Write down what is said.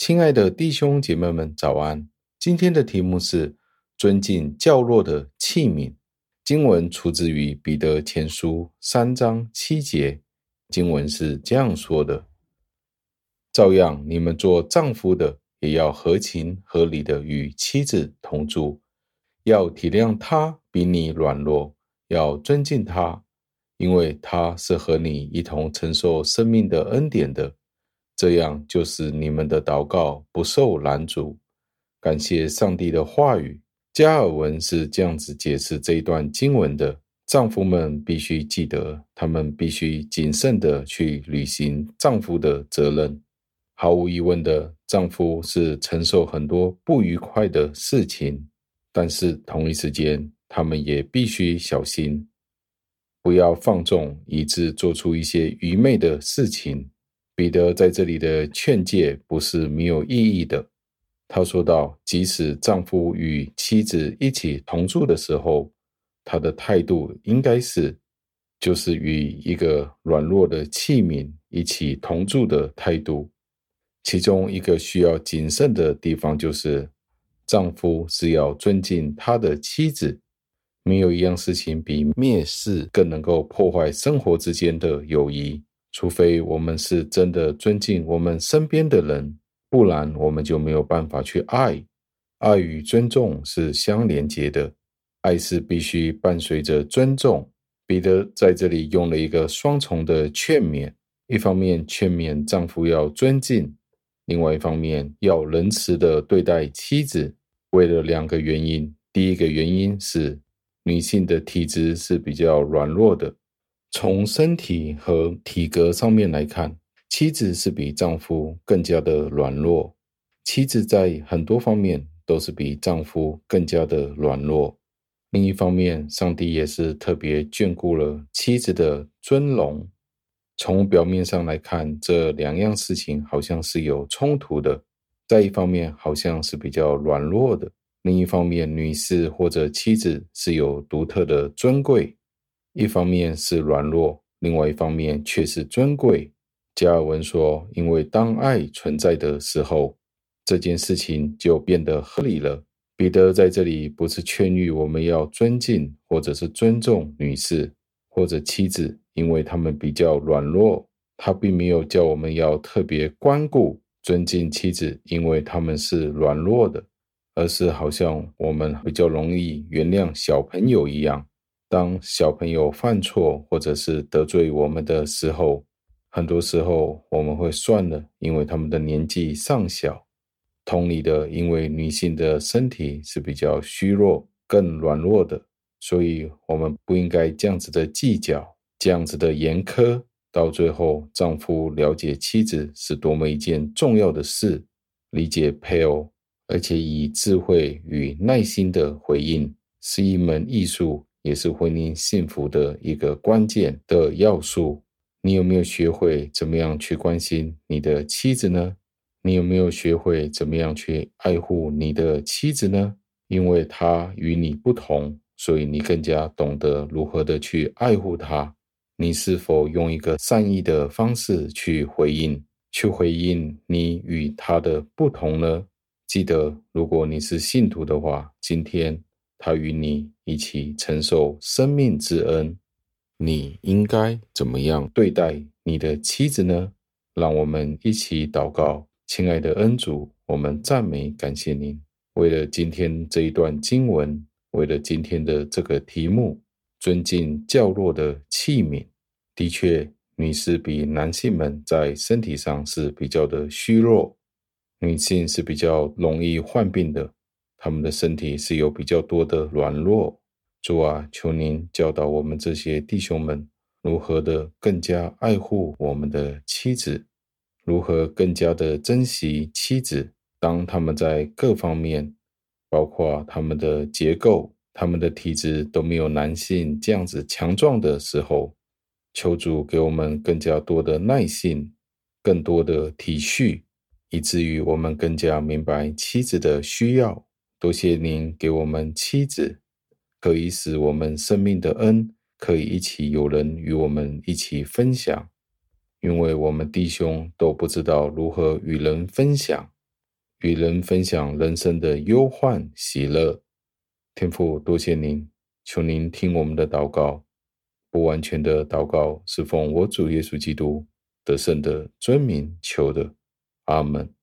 亲爱的弟兄姐妹们，早安！今天的题目是尊敬较弱的器皿。经文出自于彼得前书3章7节，经文是这样说的：照样，你们做丈夫的，也要合情合理的与妻子同住，要体谅她比你软弱，要尊敬她，因为她是和你一同承受生命的恩典的。这样就使你们的祷告不受拦阻。感谢上帝的话语。加尔文是这样子解释这一段经文的：丈夫们必须记得，他们必须谨慎地去履行丈夫的责任。毫无疑问的，丈夫是承受很多不愉快的事情，但是同一时间，他们也必须小心，不要放纵，以致做出一些愚昧的事情。彼得在这里的劝诫不是没有意义的。他说道，即使丈夫与妻子一起同住的时候，他的态度应该就是与一个软弱的器皿一起同住的态度。其中一个需要谨慎的地方就是，丈夫是要尊敬他的妻子。没有一样事情比蔑视更能够破坏生活之间的友谊。除非我们是真的尊敬我们身边的人，不然我们就没有办法去爱。爱与尊重是相连结的，爱是必须伴随着尊重。彼得在这里用了一个双重的劝勉，一方面劝勉丈夫要尊敬，另外一方面要仁慈地对待妻子。为了2个原因，第一个原因是女性的体质是比较软弱的。从身体和体格上面来看，妻子是比丈夫更加的软弱。妻子在很多方面都是比丈夫更加的软弱。另一方面，上帝也是特别眷顾了妻子的尊荣。从表面上来看，这2样事情好像是有冲突的。在一方面好像是比较软弱的，另一方面女士或者妻子是有独特的尊贵。一方面是软弱，另外一方面却是尊贵。加尔文说，因为当爱存在的时候，这件事情就变得合理了。彼得在这里不是劝喻我们要尊敬或者是尊重女士或者妻子，因为她们比较软弱。他并没有叫我们要特别关顾尊敬妻子，因为她们是软弱的，而是好像我们比较容易原谅小朋友一样。当小朋友犯错或者是得罪我们的时候，很多时候我们会算了，因为他们的年纪尚小。同理的，因为女性的身体是比较虚弱更软弱的，所以我们不应该这样子的计较，这样子的严苛。到最后，丈夫了解妻子是多么一件重要的事，理解配偶，而且以智慧与耐心的回应，是一门艺术，也是婚姻幸福的一个关键的要素。你有没有学会怎么样去关心你的妻子呢？你有没有学会怎么样去爱护你的妻子呢？因为她与你不同，所以你更加懂得如何的去爱护她。你是否用一个善意的方式去回应你与她的不同呢？记得，如果你是信徒的话，今天他与你一起承受生命之恩，你应该怎么样对待你的妻子呢？让我们一起祷告。亲爱的恩主，我们赞美感谢您，为了今天这一段经文，为了今天的这个题目，尊敬较弱的器皿。的确，女士比男性们在身体上是比较的虚弱，女性是比较容易患病的，她们的身体是有比较多的软弱。主啊，求您教导我们这些弟兄们如何的更加爱护我们的妻子，如何更加的珍惜妻子。当他们在各方面，包括他们的结构、他们的体质都没有男性这样子强壮的时候，求主给我们更加多的耐性，更多的体恤，以至于我们更加明白妻子的需要。多谢您给我们妻子，可以使我们生命的恩可以一起有人与我们一起分享，因为我们弟兄都不知道如何与人分享， 与人分享人生的忧患喜乐。天父，多谢您，求您听我们的祷告。不完全的祷告是奉我主耶稣基督得胜的尊名求的。阿们。